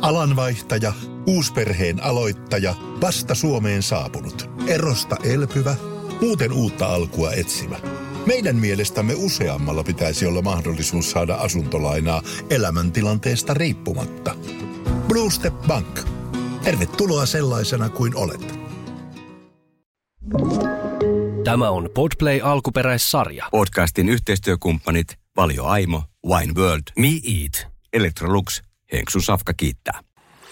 Alanvaihtaja, uusperheen aloittaja, vasta Suomeen saapunut, erosta elpyvä, muuten uutta alkua etsimä. Meidän mielestämme useammalla pitäisi olla mahdollisuus saada asuntolainaa elämäntilanteesta riippumatta. Blue Step Bank. Tervetuloa sellaisena kuin olet. Tämä on Podplay alkuperäissarja. Podcastin yhteistyökumppanit Valio Aimo, Wine World, Me Eat, Electrolux, Henksun Safka kiittää.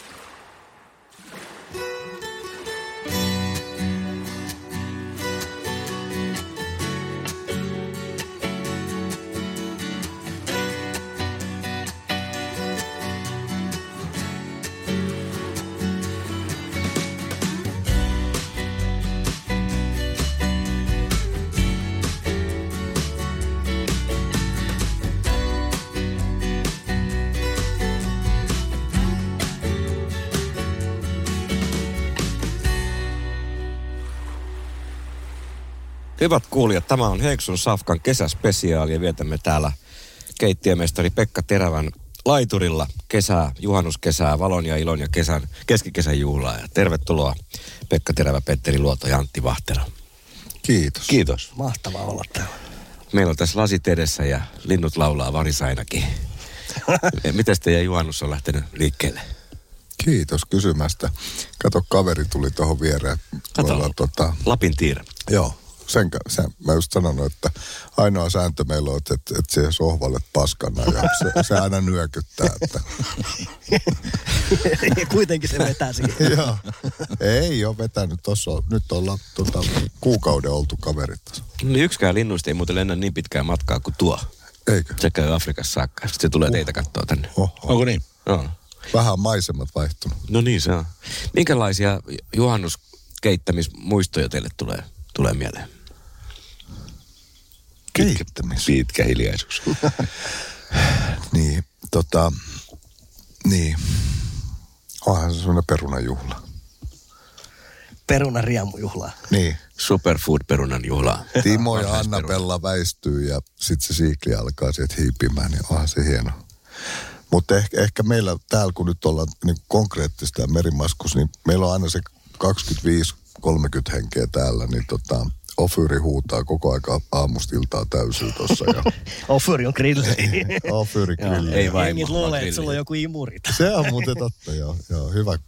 Hyvät kuulijat, tämä on Henksun Safkan kesäspesiaali ja vietämme täällä keittiömestari Pekka Terävän laiturilla kesää, juhannuskesää, valon ja ilon ja keskikesän juhlaa. Ja tervetuloa Pekka Terävä, Petteri Luoto ja Antti Vahtero. Kiitos. Kiitos. Mahtavaa olla täällä. Meillä on tässä lasit edessä ja linnut laulaa varisainakin. Miten teidän juhannus on lähtenyt liikkeelle? Kiitos kysymästä. Kato, kaveri tuli tuohon viereen. Kato, Lapin tiirä. Joo. Sen mä just sanonut, että ainoa sääntö meillä on, että se sohvalle paskana ja se aina nyökyttää. Että. Kuitenkin se vetää siihen. Joo. Ei ole vetänyt. Nyt ollaan kuukauden oltu kaverit. Niin yksikään linnuista ei muuten lennä niin pitkää matkaa kuin tuo. Eikö? Se käy Afrikassa saakka. Sitten se tulee teitä katsoa tänne. Onko niin? Joo. Vähän maisemat vaihtunut. No niin se on. Minkälaisia juhannuskeittämismuistoja teille tulee mieleen? Pitkä hiljaisuus. Niin. Onhan se semmoinen perunajuhla. Perunariemujuhla. Niin. Superfood-perunan juhla. Timo ja Anna-Bella väistyy ja sitten se siikli alkaa sieltä hiipimään, niin onhan se hieno. Mutta ehkä meillä täällä, kun nyt ollaan niin konkreettista ja merimaskus, niin meillä on aina se 25-30 henkeä täällä, niin Ofyri huutaa koko aika aamusta iltaa täysyy tossa. Ofyri on grilli. Ofyri grilli. Ei vain. Jengit luulee, että sulla on joku imurit. Se on muuten totta, joo. Hyvä.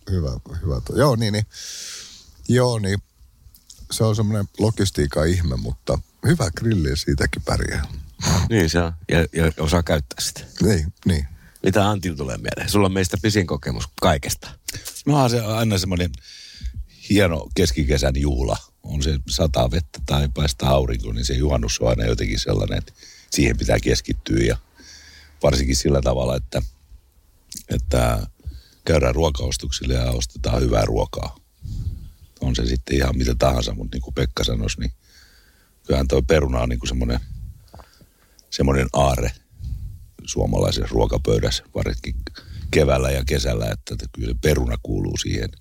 Joo, niin. Se on semmoinen logistiikan ihme, mutta hyvä grilli ja siitäkin pärjää. Niin se on. Ja osaa käyttää sitä. Niin. Mitä Antilla tulee mieleen? Sulla on meistä pisin kokemus kaikesta. No on se aina semmoinen hieno keskikesän juhla. On se sataa vettä tai paistaa aurinko, niin se juhannus on aina jotenkin sellainen, että siihen pitää keskittyä. Ja varsinkin sillä tavalla, että käydään ruokaostuksille ja ostetaan hyvää ruokaa. On se sitten ihan mitä tahansa, mutta niin kuin Pekka sanoisi, niin kyllähän toi peruna on niin kuin semmoinen aarre suomalaisessa ruokapöydässä, varsinkin keväällä ja kesällä, että kyllä peruna kuuluu siihen.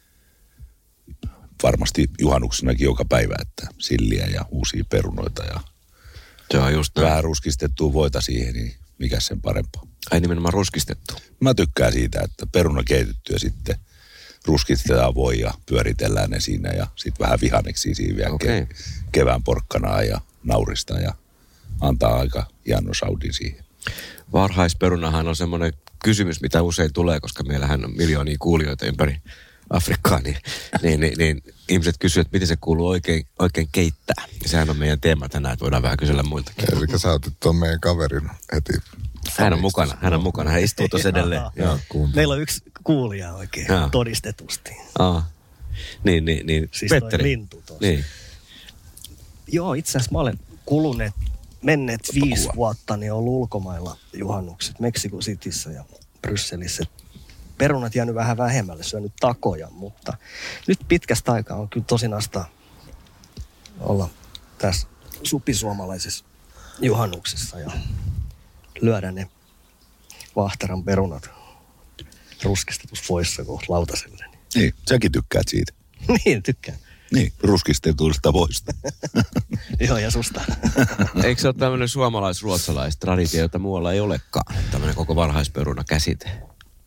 Varmasti juhannuksenakin joka päivä, että silliä ja uusia perunoita ja se on just vähän ruskistettua voita siihen, niin mikä sen parempaa. Ai nimenomaan ruskistettu. Mä tykkään siitä, että peruna keitetty ja sitten ruskistetaan voi ja pyöritellään ne siinä ja sitten vähän vihanneksia siinä vielä kevään porkkanaa ja naurista ja antaa aika hienon saudin siihen. Varhaisperunahan on semmoinen kysymys, mitä usein tulee, koska meillähän on miljoonia kuulijoita ympäri Afrikkaa, niin ihmiset kysyvät, miten se kuuluu oikein keittää. Ja sehän on meidän teema tänään, että voidaan vähän kysellä muiltakin. Eli sä otit tuon meidän kaverin heti. Hän on mukana. Hän istuu tuossa edelleen. Meillä on yksi kuulija oikein todistetusti. Niin. Siis Petteri. toi lintu tuossa. Niin. Joo, itse asiassa mä olen menneet 5 vuotta, niin ollut ulkomailla juhannukset Mexico Cityssä ja Brysselissä. Perunat jäänyt vähän vähemmälle, syönyt takoja, mutta nyt pitkästä aikaa on kyllä tosi nastaa olla tässä supisuomalaisessa juhannuksessa ja lyödä ne Vahteran perunat ruskistetussa voissa kohta lautaselle. Niin, säkin tykkäät siitä. Niin, tykkään. Niin, ruskistetuista voista. Joo, ja susta. Eikö se ole tämmöinen suomalais-ruotsalais-traditio, jota muualla ei olekaan? Tämmöinen koko varhaisperuna käsite.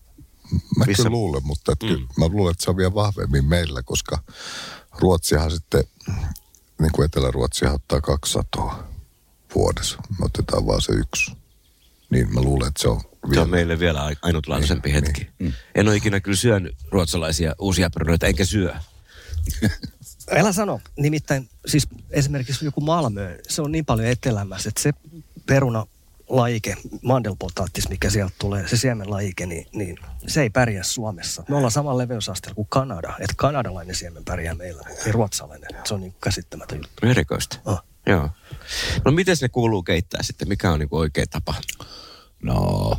Mä kyllä luulen, mutta kyllä mä luulen, että se on vielä vahvemmin meillä, koska Ruotsihan sitten, niin kuin Etelä-Ruotsihan ottaa 200 vuodessa. Me otetaan vaan se yksi. Niin mä luulen, että se on vielä... Se on meille vielä ainutlaatuisempi hetki. Niin. En ole ikinä kyllä syönyt ruotsalaisia uusia perunoita, enkä syö. Älä sano. Nimittäin siis esimerkiksi joku Malmö, se on niin paljon etelämässä, että se perunalajike, mandelpotaattis, mikä sieltä tulee, se siemenlajike, niin se ei pärjää Suomessa. Me ollaan saman leveysasteella kuin Kanada. Että kanadalainen siemen pärjää meillä, ei ruotsalainen. Se on niin käsittämätön juttu. Erikoista. Joo. No miten ne kuuluu keittää sitten? Mikä on niin oikea tapa? No,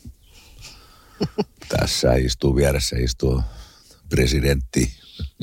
tässä vieressä istuu presidentti.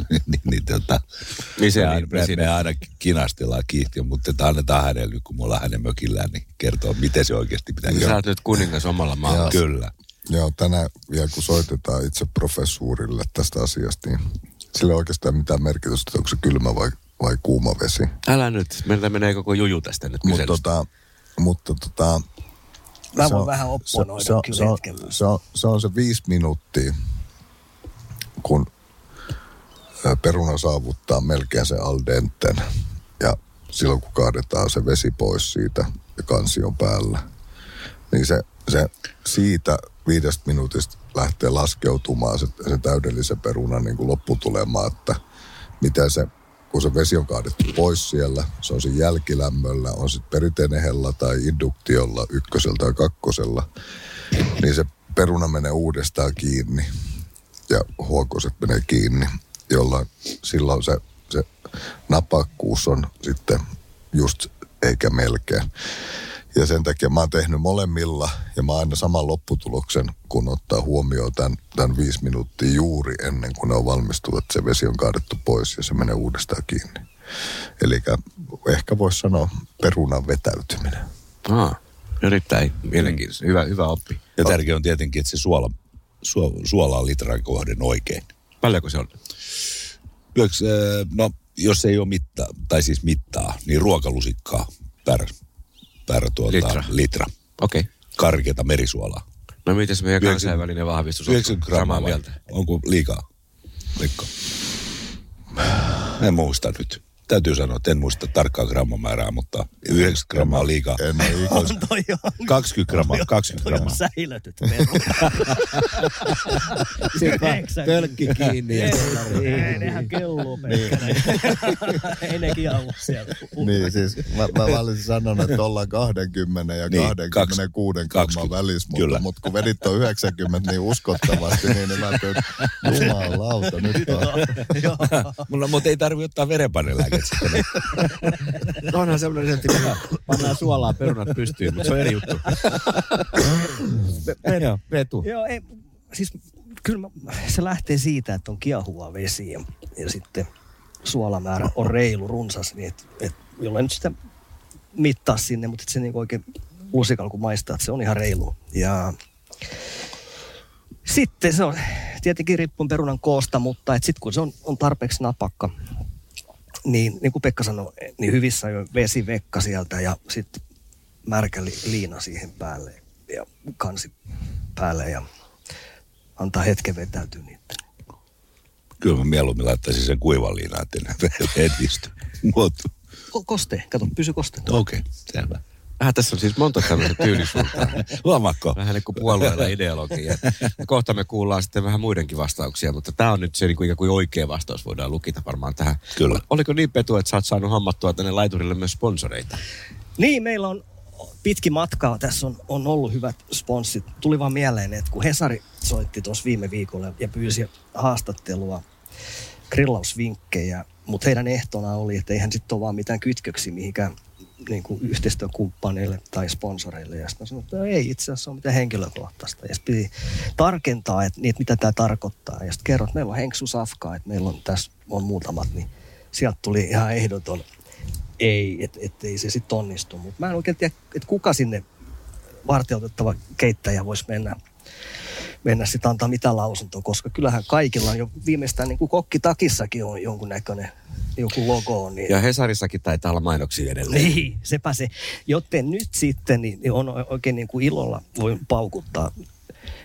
Me aina kinastellaan kiihtiä, mutta annetaan hänelle nyt, kun me ollaan hänen mökillään, niin kertoo, miten se oikeasti pitää käydä. Sä oot nyt kuningas omalla maalla. Kyllä. Joo, tänään vielä kun soitetaan itse professuurille tästä asiasta, niin sillä ei oikeastaan mitään merkitystä, onko se kylmä vai kuuma vesi. Älä nyt, meiltä menee koko juju tästä nyt kyselystä. Mutta mä voin vähän opponoida kyllä hetken. Se on se 5 minuuttia, kun peruna saavuttaa melkein sen al denten. Ja silloin kun kaadetaan se vesi pois siitä ja kansi on päällä, niin se siitä 5 minuutista lähtee laskeutumaan se täydellisen perunan niin kuin lopputulemaan, että miten se, kun se vesi on kaadettu pois siellä, se on siinä jälkilämmöllä, on sitten perinteinen hella tai induktiolla, 1 tai 2, niin se peruna menee uudestaan kiinni ja huokoset menee kiinni, jolloin silloin se napakkuus on sitten just eikä melkein. Ja sen takia mä oon tehnyt molemmilla ja mä oon aina saman lopputuloksen, kun ottaa huomioon tämän 5 minuuttia juuri ennen kuin ne on valmistunut, että se vesi on kaadettu pois ja se menee uudestaan kiinni. Eli ehkä voisi sanoa perunan vetäytyminen. Erittäin mielenkiintoista. Hyvä oppi. Ja tärkeää on tietenkin, että se suola on litran kohden oikein. Paljonko se on? No, jos ei ole mittaa, niin ruokalusikkaa per litra. Okei. Karkeata merisuolaa. No mites meidän kansainvälinen vahvistus? 90 grammaa mieltä. Onko liikaa? Veikko? En muista nyt. Täytyy sanoa, että en muista tarkkaa grammamäärää, mutta 90 grammaa liikaa. On toi jo. 20 grammaa. Säilötyt perunat. Sitten pölkki kiinni. Nehän kelluu pelkkänä. Ei nekin jauhu siellä. Niin siis mä valitsin sanon, että ollaan 20 ja 26 gramman välissä, mutta kun vedit on 90 niin uskottavasti, niin mä ajattelin, että jumalauta, nyt on. Mutta ei tarvitse ottaa verenpainelääkettä sitten. Onhan semmoinen, että pannaan suolaa perunat pystyyn, mutta se on eri juttu. Vetu. Joo, siis kyllä se lähtee siitä, että on kiehuvaa vesi ja sitten suolamäärä on reilu, runsas, niin että jollain nyt sitä mittaa sinne, mutta se niin oikein lusikalla kun maistaa, että se on ihan reilu. Ja sitten se on tietenkin riippuen perunan koosta, mutta sitten kun se on tarpeeksi napakka, niin kuin Pekka sanoi, niin hyvissä on jo vesivekka sieltä ja sitten märkä liina siihen päälle ja kansi päälle ja antaa hetken vetäytyä niitä. Kyllä mä mieluummin laittaisin sen kuivan liinaan, ettei ne edisty. Koste, kato, pysy koste. Okei, selvä. Tässä on siis monta tämmöistä tyylisuuntaa. Huomaatko? Vähän niin kuin puolueella ideologia. Kohta me kuullaan sitten vähän muidenkin vastauksia, mutta tämä on nyt se niin kuin ikään kuin oikea vastaus, voidaan lukita varmaan tähän. Kyllä. Oliko niin, Petu, että sä oot saanut hommattua tänne laiturille myös sponsoreita? Niin, meillä on pitkin matkaa. Tässä on ollut hyvät sponssit. Tuli vaan mieleen, että kun Hesari soitti tuossa viime viikolla ja pyysi haastattelua, grillausvinkkejä, mutta heidän ehtona oli, että eihän sitten ole vaan mitään kytköksiä mihinkään niin kuin yhteistyökumppaneille tai sponsoreille. Ja sitten sanoin, että ei itse asiassa ole mitään henkilökohtaista. Ja sitten piti tarkentaa, että mitä tämä tarkoittaa. Ja sitten kerroin, että meillä on Henksu Safka, että meillä on tässä on muutamat, niin sieltä tuli ihan ehdoton ei, että ei se sitten onnistu. Mutta mä en oikein tiedä, että kuka sinne varteutettava keittäjä voisi mennä sitten antaa mitään lausuntoa, koska kyllähän kaikilla on jo viimeistään niin kuin kokkitakissakin on jonkunnäköinen joku logo. Niin... Ja Hesarissakin taitaa olla mainoksia edelleen. Niin, sepä se. Joten nyt sitten niin on oikein niin kuin ilolla voi paukuttaa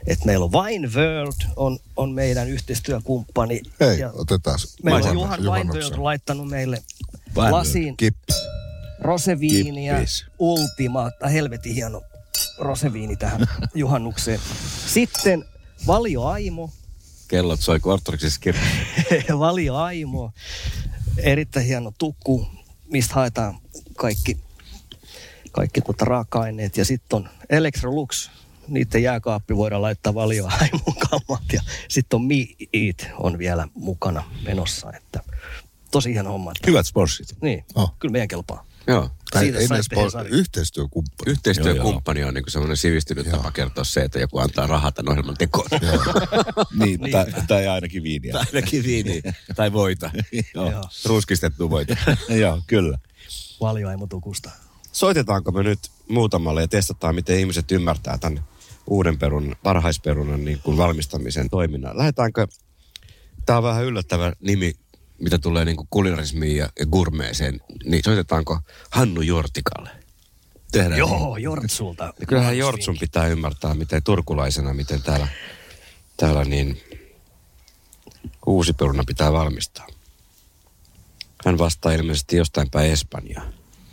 että meillä on Wine World on meidän yhteistyökumppani. Hei, ja otetaan. meillä on Wine World laittanut meille lasiin roseviiniä, Ultima, helvetin hieno roseviini tähän juhannukseen. Sitten Valio Aimo. Kellot soi kuin ortodoksisessa kirkossa. Valio Aimo, erittäin hieno tukku, mistä haetaan kaikki raaka-aineet. Ja sitten on Electrolux, niiden jääkaappi voidaan laittaa Valio Aimon kammat. Ja sitten on Me Eat on vielä mukana menossa, että tosi hieno homma. Hyvät sponssit. Niin, kyllä meidän kelpaa. Joo. Yhteistyökumppani. Yhteistyökumppani on niin semmoinen sivistynyt tapa kertoa se, että joku antaa rahaa tämän ohjelman tekoon. Niin, tai ainakin viiniä. Tai ainakin viiniä. Tai voita. Joo. Ruskistettu voita. Joo, kyllä. Valio Aimo tukusta. Soitetaanko me nyt muutamalle ja testataan, miten ihmiset ymmärtää tämän uuden varhaisperunan niin kuin valmistamisen toiminnan. Lähdetäänkö, tämä on vähän yllättävä nimi, mitä tulee niin kuin kulinarismiin ja gourmeeseen, niin soitetaanko Hannu Jortikalle? Tehdään joo, niin. Jortsulta. Ja kyllähän Jortsun pitää ymmärtää, miten turkulaisena, miten täällä niin uusi peruna pitää valmistaa. Hän vastaa ilmeisesti jostain päin Espanjaa.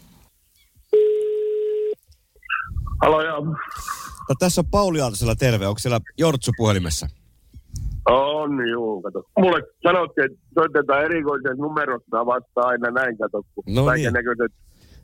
Halo, joo. No, tässä on Pauli Aaltosella, terve. Onko siellä Jortsu puhelimessa? On, juu, kato. Mulle sanottiin, että soitetaan erikoisen numerosta vastaan aina näin, kato. No kaikennäköiset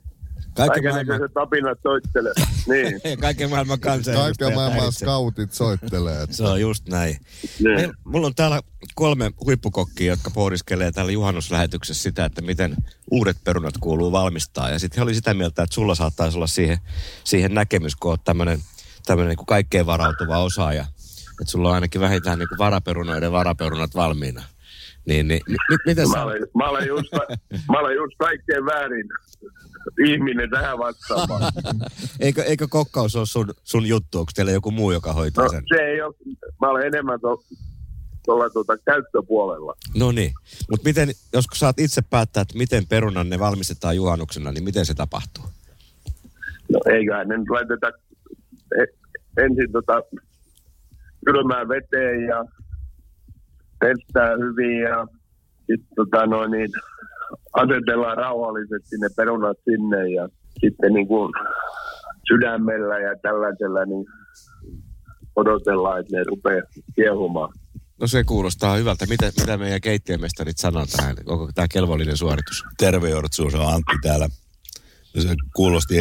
apinat soittelee. Niin. Kaiken maailman kansanedustajat. Kaiken maailman scoutit soittelee. Että. Se on just näin. Niin. Mulla on täällä 3 huippukokkia, jotka pohdiskelee täällä juhannuslähetyksessä sitä, että miten uudet perunat kuuluu valmistaa. Ja sitten he oli sitä mieltä, että sulla saattaisi olla siihen näkemys, kun oot tämmöinen niin kuin kaikkeen varautuva osaaja. Että sulla on ainakin vähintään niin kuin varaperunat valmiina. Miten sä... Mä olen just kaikkein väärin ihminen tähän vastaamaan. Eikö kokkaus ole sun juttu? Onko teillä joku muu, joka hoitaa sen? Se ei ole. Mä olen enemmän tuolla käyttöpuolella. No niin. Mutta miten, jos saat itse päättää, että miten perunan ne valmistetaan juhannuksena, niin miten se tapahtuu? No eiköhän ne nyt laiteta ensin kylmään veteen ja pestää hyvin ja sitten asetellaan rauhallisesti ne perunat sinne ja sitten niin kuin sydämellä ja tällaisella niin odotellaan, että ne rupeaa kiehumaan. No se kuulostaa hyvältä. Mitä meidän keittiömestarit sanoo tähän? Onko tämä kelvollinen suoritus? Terve Jortsu, se on Antti täällä. Se kuulosti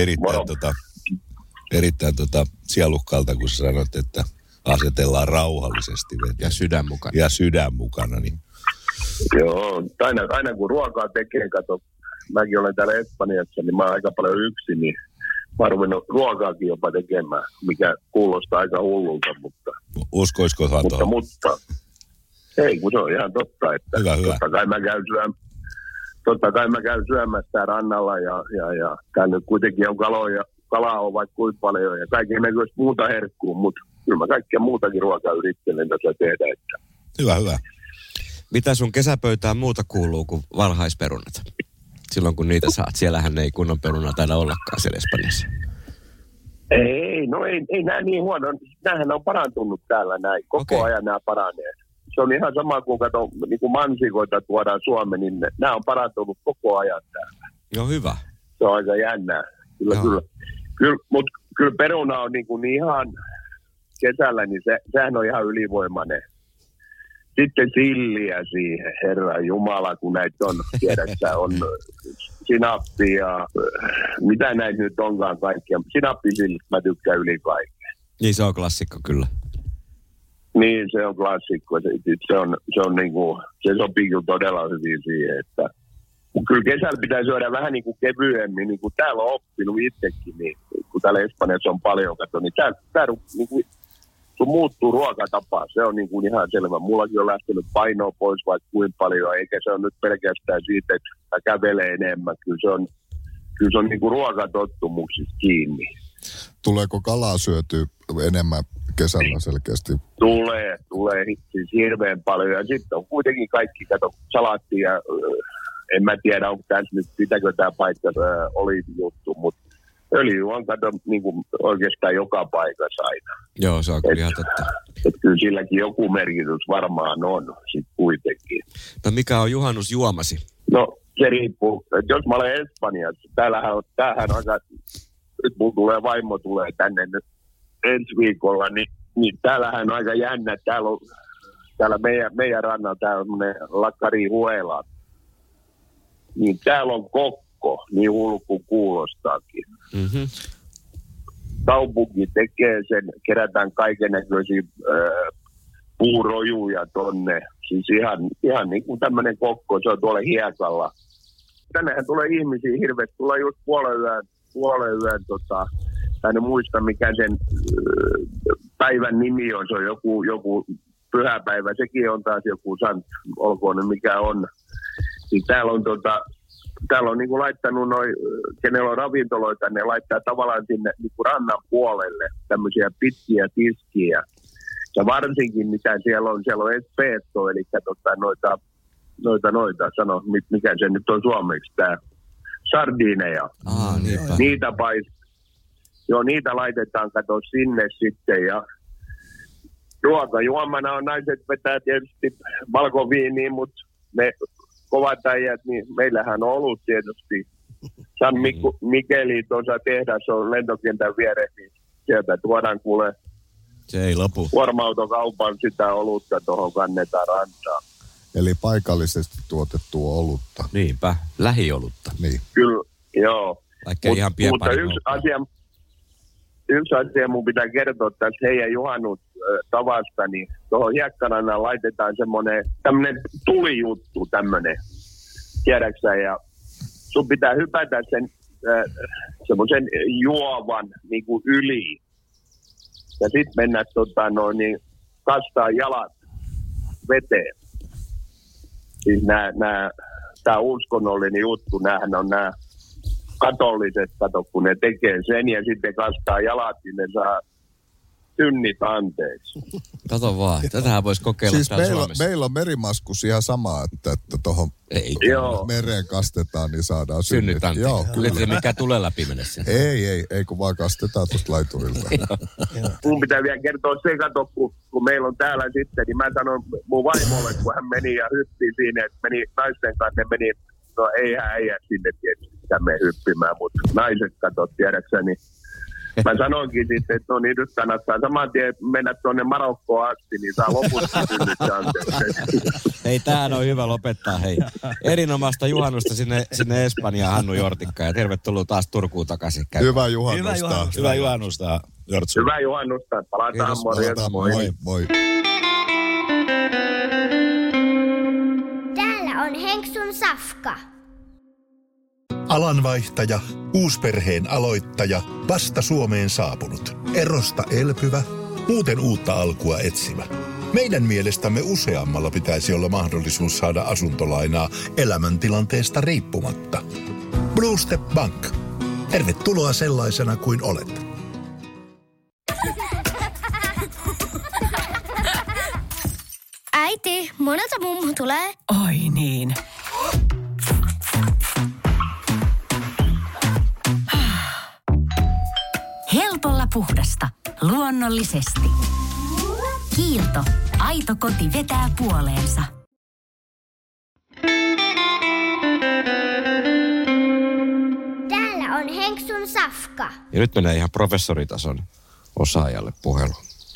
erittäin sielukkaalta, kun sä sanot, että asetellaan rauhallisesti veteen. Ja sydän mukana. Niin. Joo, aina kun ruokaa tekee, kato, mäkin olen täällä Espanjassa, niin mä oon aika paljon yksin, niin mä oon ruvennut ruokaakin jopa tekemään, mikä kuulostaa aika hullulta, mutta... Uskoisiko mutta ei, kun se on ihan totta, että hyvä. Totta kai mä käyn syömässä rannalla ja täällä nyt kuitenkin on kalaa on vaikka kuinka paljon ja kaiken näköistä muuta herkkuu, mutta kyllä mä kaikkea muutakin ruokaa yrittelen tässä tehdä. Että. Hyvä. Mitä sun kesäpöytään muuta kuuluu kuin varhaisperunat? Silloin kun niitä saat. Siellähän ei kunnon perunaa taida ollakaan siellä Espanjassa. Ei nämä niin huono. Nämähän on parantunut täällä näin. Koko ajan nämä paranee. Se on ihan sama kuin niin kuin mansikoita tuodaan Suomeen, niin nämä on parantunut koko ajan täällä. Joo, hyvä. Se on aika jännää. Mutta kyllä peruna on niin ihan kesällä, niin sehän on ihan ylivoimainen. Sitten silliä siihen, Herran Jumala, kun näitä on, tiedätkö, on sinappi ja mitä näitä nyt onkaan kaikkia. Sinappisillit mä tykkään yli kaikkea. Niin, se on klassikko kyllä. Niin, se on klassikko. Se on niinku, se sopii kyllä todella hyvin siihen, että kyllä kesällä pitää syödä vähän niin kuin kevyemmin, niin kuin täällä on oppinut itsekin, niin kun täällä Espanjassa on paljon kato, niin tää niin kuin, sun muuttuu ruokatapa, se on niin kuin ihan selvä. Mullakin on lähtenyt painoa pois vaikka kuin paljon, eikä se on nyt pelkästään siitä, että mä kävelen enemmän. Kyllä se on niin kuin ruokatottumuksista kiinni. Tuleeko kalaa syötyä enemmän kesällä selkeästi? Tulee siis hirveän paljon. Ja sitten on kuitenkin kaikki, kato, salaatti ja en mä tiedä, onko tässä nyt, pitääkö tämä paikka oli juttu, mutta öljy on kato niin kuin oikeastaan joka paikassa aina. Joo, se on kyllä ihan totta. Että kyllä silläkin joku merkitys varmaan on sit kuitenkin. No mikä on juhannusjuomasi? No se riippuu. Että jos mä olen Espanjassa, tämähän aika, nyt mun vaimo tulee tänne nyt ensi viikolla, niin täällähän on aika jännä. Täällä meidän rannalla täällä on semmoinen Lakarihuela. Niin täällä on kokko, niin hullu kuin kuulostaakin. Mm-hmm. Kaupunki tekee sen, kerätään kaikennäköisiä puurojuja tonne. Siis ihan niin kuin tämmöinen kokko, se on tuolla hiekalla. Tännehän tulee ihmisiä hirveästi, tulee just puolen yön en muista mikä sen päivän nimi on, se on joku pyhäpäivä, sekin on taas joku olkoon ne mikä on. Niin täällä on niinku laittanut kenellä on ravintoloita, ne laittaa tavallaan sinne niinku rannan puolelle tämmöisiä pitkiä tiskiä. Ja varsinkin mitä siellä on espresso, eli noita, sano mikä se nyt on suomeksi, tää sardineja. Niitä laitetaan kato sinne sitten ja ruokajuomana on naiset vetää tietysti valkoviiniä, mutta me kovat äijät, niin meillähän on ollut tietysti San Mikeli tuossa tehdas on lentokentän vieressä, niin sieltä tuodaan kuule se ei lopu. Kuorma-autokaupan sitä olutta tuohon kannetaan rantaan. Eli paikallisesti tuotettua olutta. Niinpä, lähiolutta. Niin. Kyllä, joo. Mutta yksi asia mun pitää kertoa tässä heidän juhannustavasta, niin tuohon hiekkarannan laitetaan tämmönen tulijuttu tämmönen, tiedäksä, ja sun pitää hypätä sen semmoisen juovan niinku yli. Ja sit mennä kastaa jalat veteen. Siis tää uskonnollinen juttu, näähän on nää katoliset, kun ne tekee sen ja sitten kastaa jalat, niin ne saa synnit anteeksi. Kato vaan, tätähän voisi kokeilla siis täällä Suomessa. Meillä on merimaskus ihan sama, että tuohon mereen kastetaan, niin saadaan synnit anteeksi. Joo, kyllä. Mikä tulee läpi mennessä. Ei, kun vaan kastetaan tuosta laiturilta. Mun pitää vielä kertoa se, kato, kun meillä on täällä sitten, niin mä sanon mun vaimolle, kun hän meni ja hyppii siinä, että meni naisten kanssa, ne meni, no eihän äijä sinne tietysti sitä mene hyppimään, mutta naiset katot tiedäksä, niin mä sanoinkin sitten, että no niin nyt kannattaa saman tien mennä tuonne Marokkoon asti, niin saa lopussa synnyt anteeksi. Hei, tämähän on hyvä lopettaa, hei. Erinomaista juhannusta sinne Espanjaan, Hannu Jortikka, ja tervetuloa taas Turkuun takaisin. Hyvää juhannusta. Hyvää juhannusta, Jortsu. Hyvää juhannusta. Palataan, moi. Täällä on Henksun Safka. Alanvaihtaja, uusperheen aloittaja, vasta Suomeen saapunut, erosta elpyvä, muuten uutta alkua etsimä. Meidän mielestämme useammalla pitäisi olla mahdollisuus saada asuntolainaa elämäntilanteesta riippumatta. Blue Step Bank. Tervetuloa sellaisena kuin olet. Äiti, monelta mummu tulee? Oi niin. Helpolla puhdasta. Luonnollisesti. Kiilto. Aito koti vetää puoleensa. Täällä on Henksun Safka. Ja nyt menee ihan professoritason osaajalle puhelu.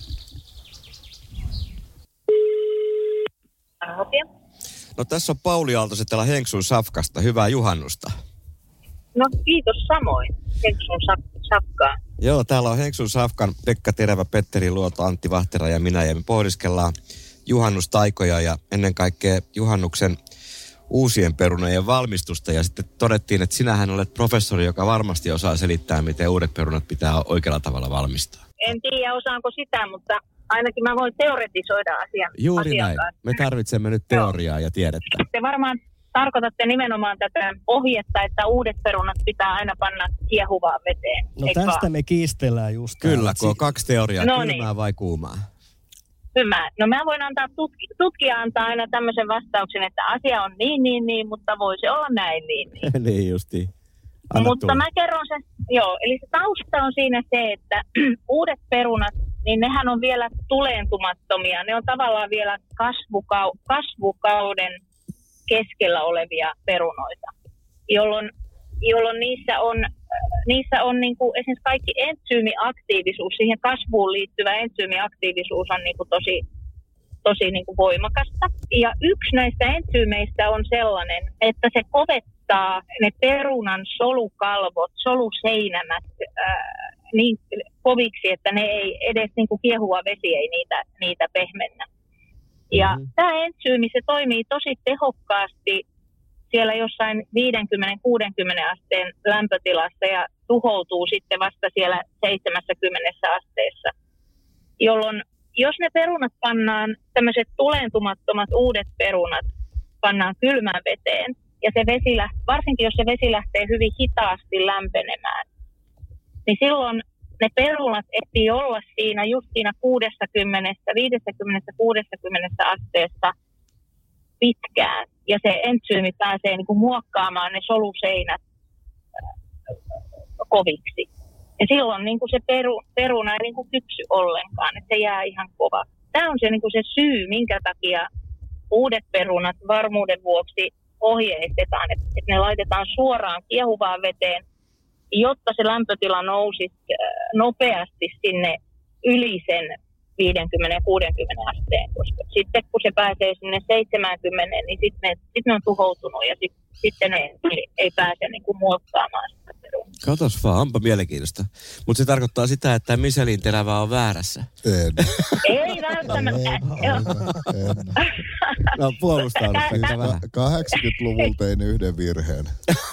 No tässä on Pauli Aaltoset täällä Henksun Safkasta. Hyvää juhannusta. No kiitos samoin. Henksun Safkaa. Joo, täällä on Henksun Safkan Pekka Terävä, Petteri Luoto, Antti Vahtera ja minä. Ja me pohdiskellaan juhannustaikoja ja ennen kaikkea juhannuksen uusien perunojen valmistusta. Ja sitten todettiin, että sinähän olet professori, joka varmasti osaa selittää, miten uudet perunat pitää oikealla tavalla valmistaa. En tiedä, osaanko sitä, mutta ainakin mä voin teoretisoida asian. Juuri näin. Me tarvitsemme nyt teoriaa ja tiedettä. Te varmaan tarkoitatte nimenomaan tätä ohjetta, että uudet perunat pitää aina panna kiehuvaan veteen. No tästä me kiistellään just. Kyllä, kun on kaksi teoriaa, no kylmää niin. vai kuumaa? Hyvä. No mä voin antaa, tutkija antaa aina tämmöisen vastauksen, että asia on niin, mutta voi se olla näin niin. Niin justiin. Mutta mä kerron sen Joo, eli se tausta on siinä se, että uudet perunat, niin nehän on vielä tuleentumattomia. Ne on tavallaan vielä kasvukauden keskellä olevia perunoita, jolloin niissä on niin kuin esimerkiksi kaikki entsyymiaktiivisuus, siihen kasvuun liittyvä entsyymiaktiivisuus on niin kuin tosi niin kuin voimakasta. Ja yksi näistä entsyymeistä on sellainen, että se kovettaa ne perunan solukalvot, soluseinämät niin koviksi, että ne ei edes niin kuin kiehuva vesi ei niitä pehmennä. Ja tämä entsyymi, se toimii tosi tehokkaasti siellä jossain 50-60 asteen lämpötilassa ja tuhoutuu sitten vasta siellä 70 asteessa, jolloin jos ne perunat pannaan, tämmöiset tuleentumattomat uudet perunat pannaan kylmään veteen ja se vesi, varsinkin jos se vesi lähtee hyvin hitaasti lämpenemään, niin silloin ne perunat ehtii olla siinä just siinä 50-60 asteessa pitkään. Ja se entsyymi pääsee niin kuin muokkaamaan ne soluseinät koviksi. Ja silloin niin kuin se peruna ei niin kuin kypsy ollenkaan, että se jää ihan kova. Tämä on se, niin kuin se syy, minkä takia uudet perunat varmuuden vuoksi ohjeistetaan, että ne laitetaan suoraan kiehuvaan veteen, jotta se lämpötila nousisi nopeasti sinne yli sen 50-60 asteen, koska sitten kun se pääsee sinne 70, niin sitten ne on tuhoutunut ja sitten ne ei pääse niin kuin muokkaamaan sitä perunaa. Katos vaan, onpa mielenkiintoista. Mutta se tarkoittaa sitä, että Michelin terävä on väärässä. Ei välttämättä. No puolustaudut vähän. 80-luvulta tein yhden virheen.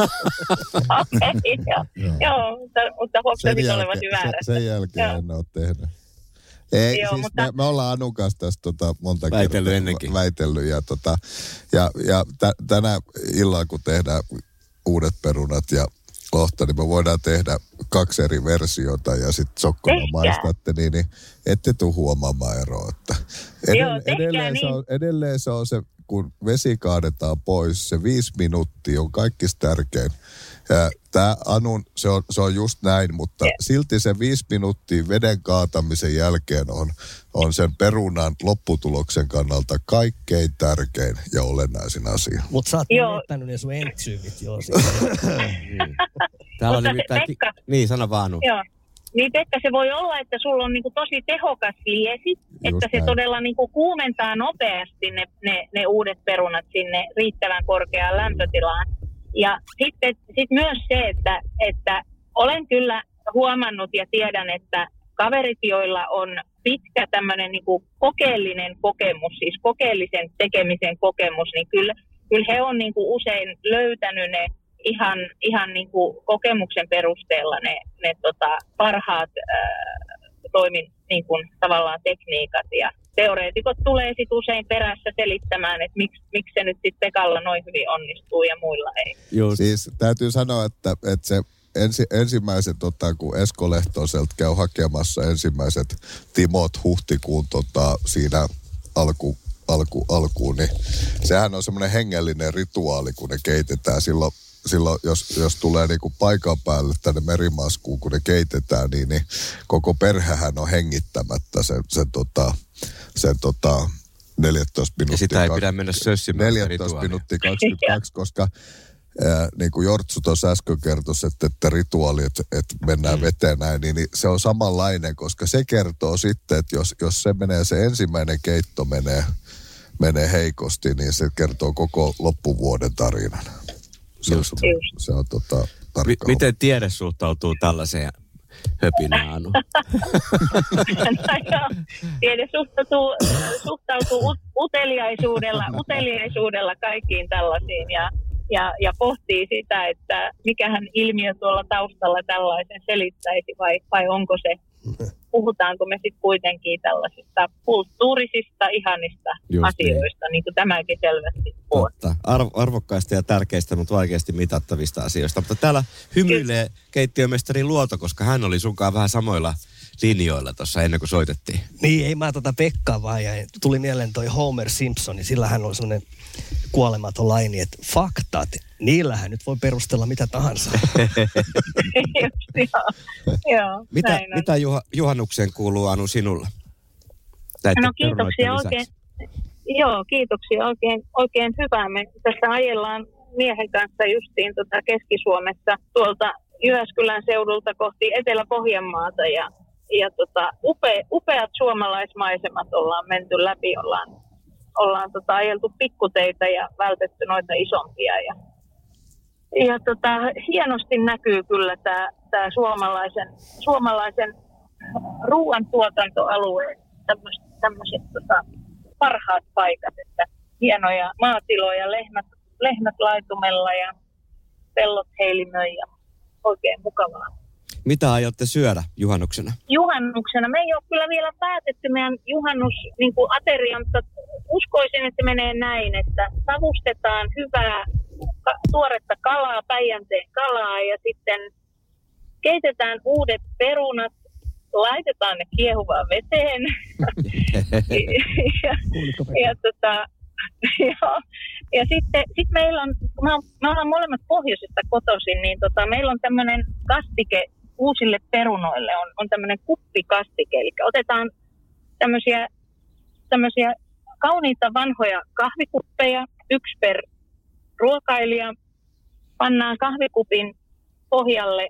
Okei, joo, mutta huomasin olevasi väärässä. Sen jälkeen en ole tehnyt. Ei, joo, siis mutta me ollaan Anun kanssa tästä monta väitellyt ennenkin. Väitellyt ja tänä illalla, kun tehdään uudet perunat ja lohta, niin me voidaan tehdä 2 eri versiota ja sitten sokkona maistatte, niin ette tule huomaamaan eroa. Edelleen se on se, kun vesi kaadetaan pois, se 5 minuuttia on kaikista tärkein. Tämä Anun, se on just näin, mutta silti se 5 minuuttia veden kaatamisen jälkeen on sen perunan lopputuloksen kannalta kaikkein tärkein ja olennaisin asia. Mutta sä oot menettänyt ne sun entsyymit jo Täällä on nimittäin... Niin, sano vaan Anu. Joo. Niin Pekka, se voi olla, että sulla on niinku tosi tehokas liesi, että se todella niinku kuumentaa nopeasti ne uudet perunat sinne riittävän korkeaan lämpötilaan. Ja sitten myös se, että olen kyllä huomannut ja tiedän, että kaverit, joilla on pitkä tämmöinen niin kuin kokeellinen kokemus, siis kokeellisen tekemisen kokemus, niin kyllä he on niin kuin usein löytänyt ne ihan niin kuin kokemuksen perusteella ne parhaat niin kuin tavallaan tekniikat ja teoreetikot tulee sitten usein perässä selittämään, että miksi se nyt sitten Pekalla noin hyvin onnistuu ja muilla ei. Siis täytyy sanoa, että se ensimmäiset, kun Esko Lehtoselta käy hakemassa ensimmäiset timot huhtikuun siinä alkuun, niin sehän on semmoinen hengellinen rituaali, kun ne keitetään silloin jos tulee niinku paikan päälle tänne Merimaskuun, kun ne keitetään, niin koko perhehän on hengittämättä sen 14 minuuttia. Ja sitä ei pidä mennä sössimään. 14 minuuttia 22, koska niin kuin Jortsu tuossa äsken kertoi, että rituaali, että mennään veteen näin, niin se on samanlainen, koska se kertoo sitten, että jos se ensimmäinen keitto menee heikosti, niin se kertoo koko loppuvuoden tarinan. Se on tarkkaa. Miten tiede suhtautuu tällaiseen höpinään, Anu? Tiede suhtautuu uteliaisuudella kaikkiin tällaisiin ja pohtii sitä, että mikähän ilmiö tuolla taustalla tällaisen selittäisi vai onko se, puhutaanko me sitten kuitenkin tällaisista kulttuurisista, ihanista asioista, niin kuin tämäkin selvästi on. Totta. Arvokkaista ja tärkeistä, mutta vaikeasti mitattavista asioista. Mutta täällä hymyilee keittiömestari Luoto, koska hän oli sunkaan vähän samoilla linjoilla tuossa ennen kuin soitettiin. Niin, ei mä Pekkaa vaan ja tuli mieleen toi Homer Simpson, niin sillä hän oli sellainen kuolematon laini, että faktat Niillähän nyt voi perustella mitä tahansa. Joo, mitä juhannukseen kuuluu, Anu, sinulle? No kiitoksia oikein. Joo, kiitoksia oikein hyvää. Me tässä ajellaan miehen kanssa justiin Keski-Suomessa tuolta Jyväskylän seudulta kohti Etelä-Pohjanmaata ja upeat suomalaismaisemat ollaan menty läpi, ollaan ajeltu pikkuteitä ja vältetty noita isompia ja hienosti näkyy kyllä tämä suomalaisen ruoantuotantoalueen tämmöiset parhaat paikat, että hienoja maatiloja, lehmät laitumella ja pellot heilimöi ja oikein mukavaa. Mitä aiotte syödä juhannuksena? Juhannuksena. Me ei ole kyllä vielä päätetty meidän juhannusaterian, mutta uskoisin, että menee näin, että savustetaan hyvää tuoretta kalaa, Päijänteen kalaa ja sitten keitetään uudet perunat, laitetaan ne kiehuvaan veteen ja sitten meillä on, me ollaan molemmat pohjoisesta kotoisin, niin meillä on tämmöinen kastike uusille perunoille, on tämmöinen kuppikastike, eli otetaan tämmöisiä kauniita vanhoja kahvikuppeja, 1 per ruokailija, pannaan kahvikupin pohjalle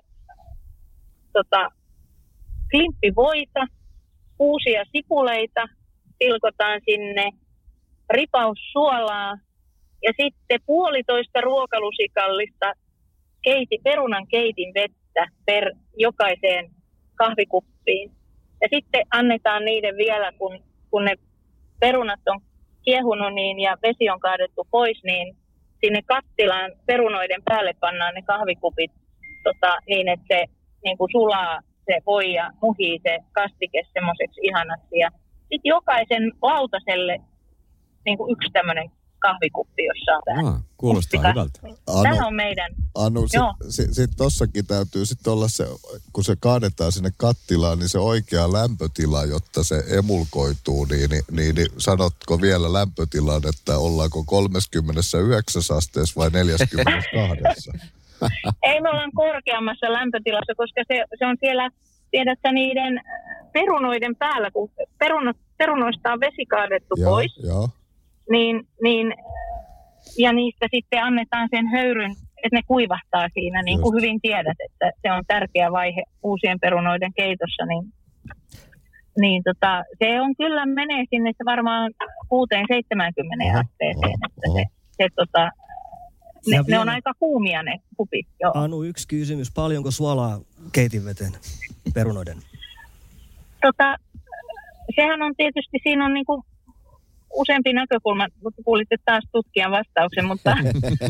klimppivoita, uusia sipuleita, pilkotaan sinne, ripaus suolaa ja sitten 1,5 ruokalusikallista perunan keitin vettä per jokaiseen kahvikuppiin. Ja sitten annetaan niiden vielä, kun ne perunat on kiehunut niin ja vesi on kaadettu pois, niin sinne kattilaan perunoiden päälle pannaan ne kahvikupit niin, että se niin kuin sulaa se voi ja muhii se kastike semmoiseksi ihanaksi. Ja sitten jokaisen lautaselle niin kuin 1 tämmöinen kahvikuppi, jossa on tämä. Kuulostaa hyvältä. Tämä on meidän. Anu, sitten tossakin täytyy sitten olla se, kun se kaadetaan sinne kattilaan, niin se oikea lämpötila, jotta se emulkoituu, niin sanotko vielä lämpötilan, että ollaanko 39 asteessa vai 42? Ei, me ollaan korkeammassa lämpötilassa, koska se on siellä, tiedätkö, niiden perunoiden päällä, kun perunoista on vesi kaadettu pois, niin ja niistä sitten annetaan sen höyryn, että ne kuivahtaa siinä, niin kuin hyvin tiedät, että se on tärkeä vaihe uusien perunoiden keitossa, niin se on kyllä menee sinne se varmaan 6-70 asteeseen, että ne on aika kuumia ne kupit, joo. Anu, 1 kysymys. Paljonko suolaa keitin veteen perunoiden? Sehän on tietysti, siinä on niinku useampi näkökulma, mutta kuulitte taas tutkijan vastauksen, mutta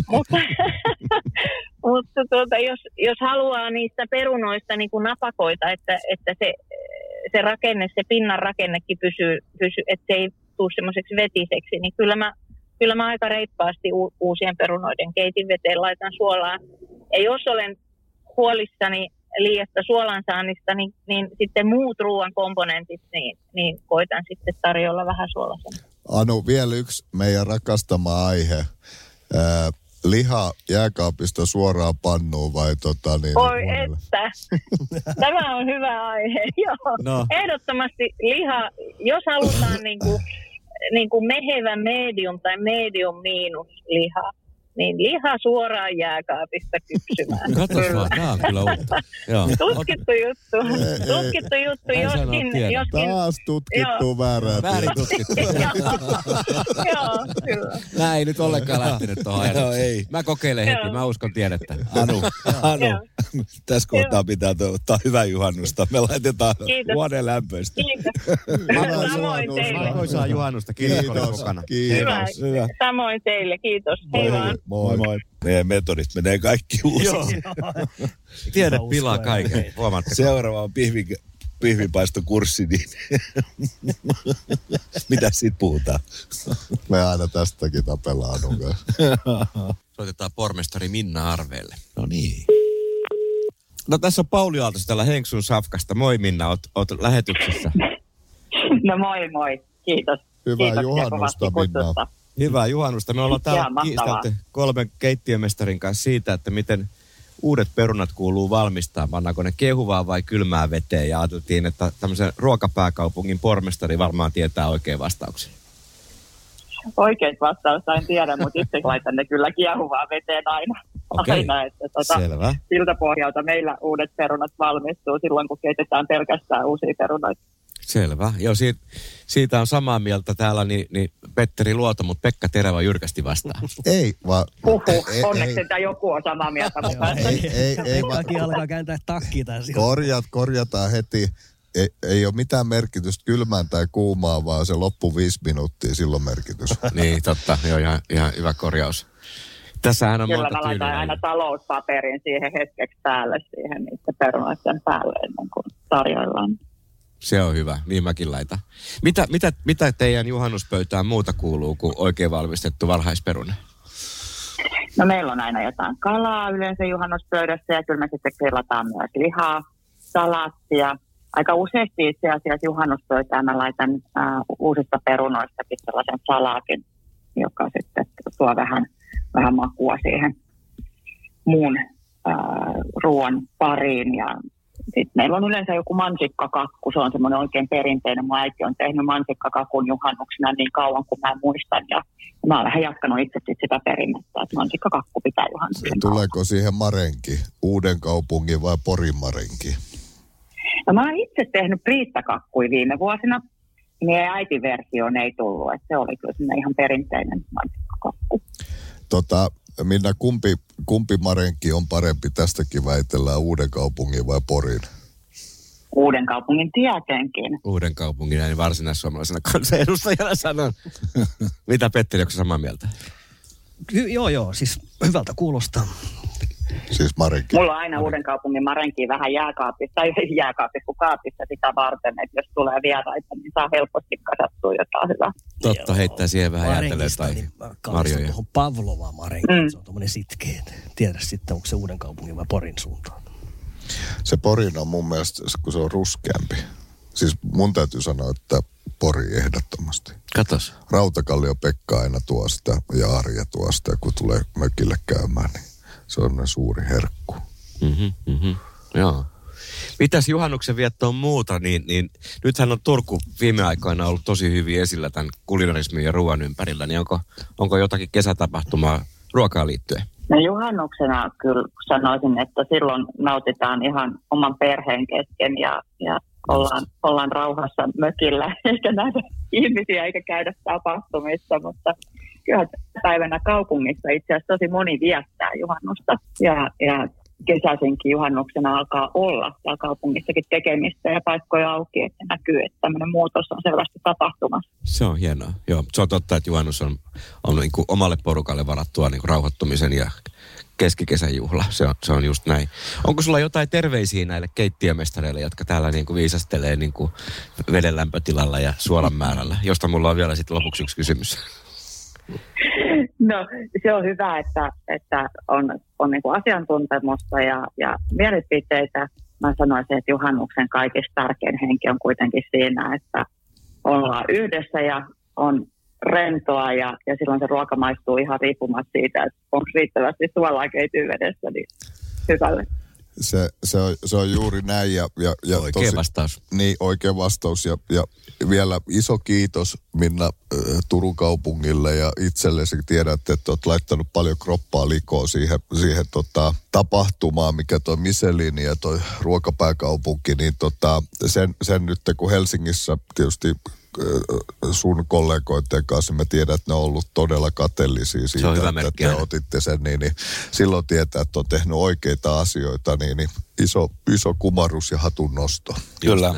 jos haluaa niistä perunoista niinku napakoita, että se rakenne, se pinnan rakennekin pysyy, että se ei tule semmoiseksi vetiseksi, niin kyllä mä aika reippaasti uusien perunoiden keitin veteen laitan suolaa. Ja jos olen huolissani liiasta suolansaannista, niin sitten muut ruoan komponentit, niin koitan sitten tarjolla vähän suolaisen. Anu, vielä 1 meidän rakastama aihe. Liha jääkaapista suoraan pannuun vai Oi että, tämä on hyvä aihe, joo. No. Ehdottomasti liha, jos halutaan niin kuin mehevä medium tai medium miinus liha, niin liha suoraan jääkaapista kypsymään. Katos vaan, tämä on kyllä uutta. Tutkittu juttu, joskin. Taas tutkittu väärää. Väärin tutkittu. Joo, kyllä. Mä ei nyt ollenkaan lähtenyt tuohon ajatukseen. Ei. Mä kokeilen heti, mä uskon tiedettä. Anu, tässä kohtaa pitää toivottaa hyvää juhannusta. Me laitetaan huoneen lämpöistä. Kiitos. Samoin teille. Valoisaa juhannusta. Kiitos. Kiitos. Samoin teille, kiitos. Hei vaan. Moi. Meidän metodit menee kaikki uusiksi. Tiede pilaa kaiken. Seuraava on pihvipaistokurssi, niin mitä siitä puhutaan? Me aina tästäkin tapellaan Anun kanssa. Soitetaan pormestari Minna Arveelle. No niin. No tässä on Pauli Aaltosi täällä Henksun Safkasta. Moi Minna, oot lähetyksessä. No moi. Kiitos. Hyvää juhannusta, Minna. Hyvää juhannusta. Me ollaan täällä kiistelty 3 keittiömestarin kanssa siitä, että miten uudet perunat kuuluu valmistaa. Pannaanko ne kehuvaa vai kylmää veteen? Ja ajateltiin, että tämmöisen ruokapääkaupungin pormestari varmaan tietää oikein vastauksen. Oikein vastausta en tiedä, mutta itse laitan ne kyllä kiehuvaa veteen aina. Okei, aina, että selvä. Siltä pohjalta meillä uudet perunat valmistuu silloin, kun keitetään pelkästään uusia perunoita. Selvä. Joo, siitä on samaa mieltä täällä niin Petteri Luoto, mutta Pekka Terävä jyrkästi vastaa. Ei, vaan... Onneksi sitä joku on samaa mieltä. Ei Pekkakin alkaa kääntää takkia tässä. Korjataan heti. Ei ole mitään merkitystä kylmään tai kuumaan, vaan se loppu 5 minuuttia, silloin merkitys. Niin, totta. Joo, ihan hyvä korjaus. Tässähän on kyllä monta mä laitan aina talouspaperin siihen hetkeksi päälle, siihen niiden perunoiden päälle ennen kuin tarjoillaan. Se on hyvä, niin mäkin laitan. Mitä teidän juhannuspöytään muuta kuuluu kuin oikein valmistettu varhaisperuna? No meillä on aina jotain kalaa yleensä juhannuspöydässä ja kyllä me sitten grillataan myös lihaa, salaattia. Aika useasti itse asiassa juhannuspöytään mä laitan uusista perunoistakin sellaisen salaatin, joka sitten tuo vähän makua siihen muun ruoan pariin. Ja sitten meillä on yleensä joku mansikkakakku, se on semmoinen oikein perinteinen. Mun äiti on tehnyt mansikkakakun juhannuksena niin kauan kuin mä muistan. Ja mä oon vähän jatkanut itse sitä perinnettä, että mansikkakakku pitää juhannuksen. Tuleeko siihen marenki, Uudenkaupungin vai Porin marenki? No mä oon itse tehnyt priittakakkuja viime vuosina. Meidän äitin versioon ei tullut, että se oli kyllä ihan perinteinen mansikkakakku. Minna, kumpi marenki on parempi? Tästäkin väitellään, Uudenkaupungin vai Porin? Uudenkaupungin tietenkin. Uudenkaupungin, niin varsinaissuomalaisena kansanedustajana sanon. Mitä Petteri, onko samaa mieltä? Joo, siis hyvältä kuulostaa. Siis marenki. Mulla on aina Uudenkaupungin marenki vähän jääkaapissa, tai jääkaapissa kuin kaapissa sitä varten, että jos tulee vieraita, niin saa helposti kasattua jotain hyvää. Totta, heittää siihen vähän jäätelöä tai marjoja. Tuohon Pavlova marenki, se on tommoinen sitkeä. Tiedä sitten, onko se Uudenkaupungin vai Porin suuntaan. Se Porin on mun mielestä, kun se on ruskeampi. Siis mun täytyy sanoa, että Pori ehdottomasti. Katos. Rautakallio Pekka aina tuo sitä ja Arja tuo sitä, kun tulee mökille käymään, niin se on suuri herkku. Joo. Mitäs juhannuksen viettoon muuta, niin nythän on Turku viime aikoina ollut tosi hyvin esillä tämän kulinarismin ja ruoan ympärillä, niin onko jotakin kesätapahtumaa ruokaan liittyen? No juhannuksena kyllä sanoisin, että silloin nautitaan ihan oman perheen kesken ja ollaan rauhassa mökillä, eikä nähdä ihmisiä eikä käydä tapahtumissa, mutta kyllä päivänä kaupungissa itse asiassa tosi moni viettää juhannusta ja kesäisenkin juhannuksena alkaa olla täällä kaupungissakin tekemistä ja paikkoja auki, että näkyy, että tämmöinen muutos on selvästi tapahtumassa. Se on hienoa. Joo, se on totta, että juhannus on niin kuin omalle porukalle varattua niin kuin rauhoittumisen ja keskikesän juhla. Se on just näin. Onko sulla jotain terveisiä näille keittiömestareille, jotka täällä niin kuin viisastelee niin kuin veden lämpötilalla ja suolan määrällä, josta mulla on vielä sitten lopuksi yksi kysymys. No se on hyvä, että on niin kuin asiantuntemusta ja mielipiteitä. Mä sanoisin, että juhannuksen kaikista tärkein henki on kuitenkin siinä, että ollaan yhdessä ja on rentoa ja silloin se ruoka maistuu ihan riippumatta siitä, että onko riittävästi suolaa keityvedessä, niin hyvälle. Se on juuri näin. Ja oikea vastaus. Niin, oikea vastaus. Ja vielä iso kiitos Minna Turun kaupungille ja itsellesi. Tiedätte, että olet laittanut paljon kroppaa likoa siihen tapahtumaan, mikä toi Michelin ja toi ruokapääkaupunki. Niin sen nyt, kun Helsingissä tietysti sun kollegoiden kanssa, mä tiedän, että ne on ollut todella kateellisia siitä, että te otitte sen, niin silloin tietää, että on tehnyt oikeita asioita, niin iso kumarus ja hatun nosto. Kyllä.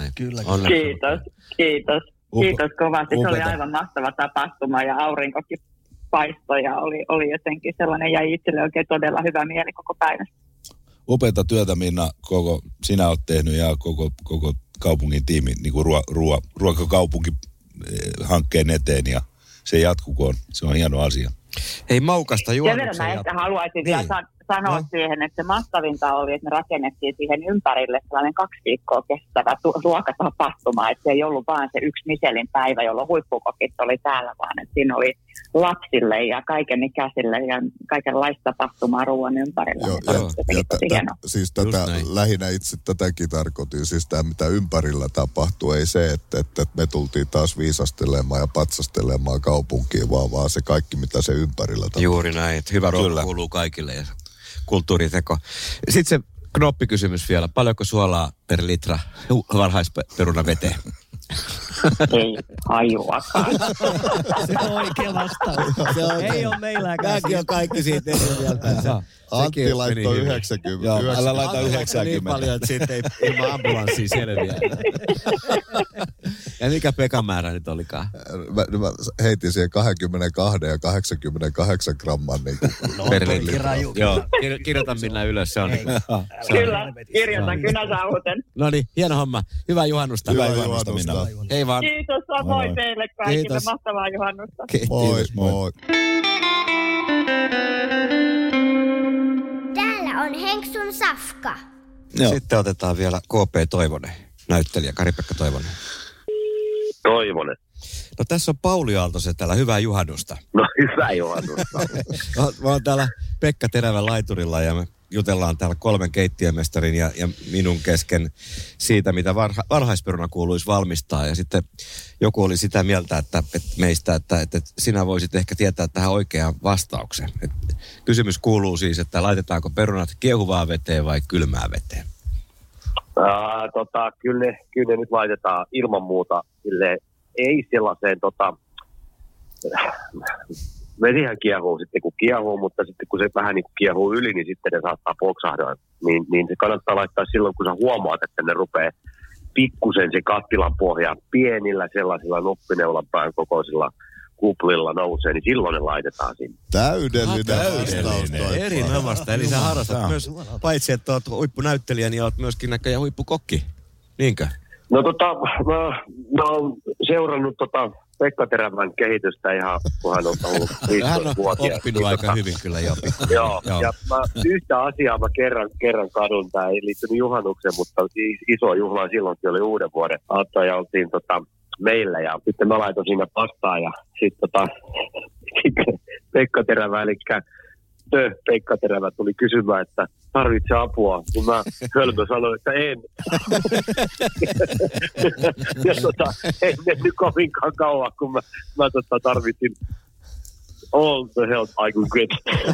Kiitos kovasti. Se oli aivan mahtava tapahtuma ja aurinkokin paistoi ja oli jotenkin sellainen, jäi itselle oikein todella hyvä mieli koko päivästä. Upeata työtä, Minna, sinä olet tehnyt ja koko kaupungin tiimi, niin kuin ruokakaupunki hankkeen eteen ja se jatkukoon. Se on hieno asia. Hei, maukasta juhannuksen. Sen verran mä ehkä haluaisin vielä sanoa siihen, että se mahtavinta oli, että me rakennettiin siihen ympärille sellainen 2 viikkoa kestävä ruokatapahtuma, että se ei ollut vaan se yksi Michelin päivä, jolloin huippukokit oli täällä, vaan että siinä oli lapsille ja kaikenikäisille ja kaikenlaista tapahtumaa ruoan ympärillä. Siis tätä, lähinnä itse tätäkin tarkoitin, siis tämä mitä ympärillä tapahtuu, ei se, että me tultiin taas viisastelemaan ja patsastelemaan kaupunkiin, vaan se kaikki, mitä se ympärillä tapahtuu. Juuri näin, että hyvä ruoka kuuluu kaikille ja kulttuuriteko. Sitten se knoppikysymys vielä, paljonko suolaa per litra varhaisperuna veteen? Ei hajuakaan. Se on oikea vastaus. Ei ole meilläkään. Tämäkin on kaikki siitä mieltä. Antti laittoi 90. Joo, älä laita 90. Niin paljon, että siitä ei ilman ambulanssia selviä. Ja mikä Pekan määrä nyt olikaan? Mä heitin siihen 22 ja 88 gramman niin per litra. Joo, kirjoitan minä ylös. Se on. Kyllä, kirjoitan kynäsauhuten. No niin, hieno homma. Hyvää juhannusta. Hyvää juhannusta Minna. Hei vaan. Kiitos samoin teille kaikille. Kiitos. Mahtavaa juhannusta. Moi. Täällä on Henksun safka. Joo. Sitten otetaan vielä KP Toivonen, näyttelijä Kari-Pekka Toivonen. Toivonen. No tässä on Pauli Aaltosen täällä. Hyvää juhannusta. No hyvää juhannusta. Mä oon täällä Pekka Terävän laiturilla ja me jutellaan täällä 3 keittiömestarin ja minun kesken siitä, mitä varhaisperuna kuuluisi valmistaa. Ja sitten joku oli sitä mieltä, että sinä voisit ehkä tietää tähän oikean vastauksen. Kysymys kuuluu siis, että laitetaanko perunat kiehuvaan veteen vai kylmään veteen? Kyllä ne nyt laitetaan ilman muuta. Ei sellaiseen vesihän kiehuu sitten kun kiehuu, mutta sitten kun se vähän niin kuin kiehuu yli, niin sitten ne saattaa poksahdaa. Niin se kannattaa laittaa silloin, kun sä huomaat, että ne rupeaa pikkusen se kattilan pohja pienillä sellaisilla nuppineulan pään kokoisilla kuplilla nousee, niin silloin ne laitetaan sinne. Täydellinen vastaus. Erinomaista. Eli sä harrastat myös, paitsi että oot huippunäyttelijä, niin oot myöskin näköjään huippukokki. Niinkö? No mä oon seurannut Pekka Terävän kehitystä ihan, kun hän on ollut 15-vuotias. Hän on oppinut aika hyvin kyllä jo. Joo, ja yhtä asiaa mä kerran kadun. Tämä ei liittynyt juhannukseen, mutta iso juhla silloinkin oli uuden vuoden aatto ja oltiin meillä. Ja sitten mä laitoin siinä pastaa ja sitten Pekka Terävä, eli Pekka Terävä tuli kysymään, että tarvitse apua, niin mä hölmö sanoin, että en. Ja ei mennyt kovinkaan kauan, kun mä tarvitsin all the help I could get.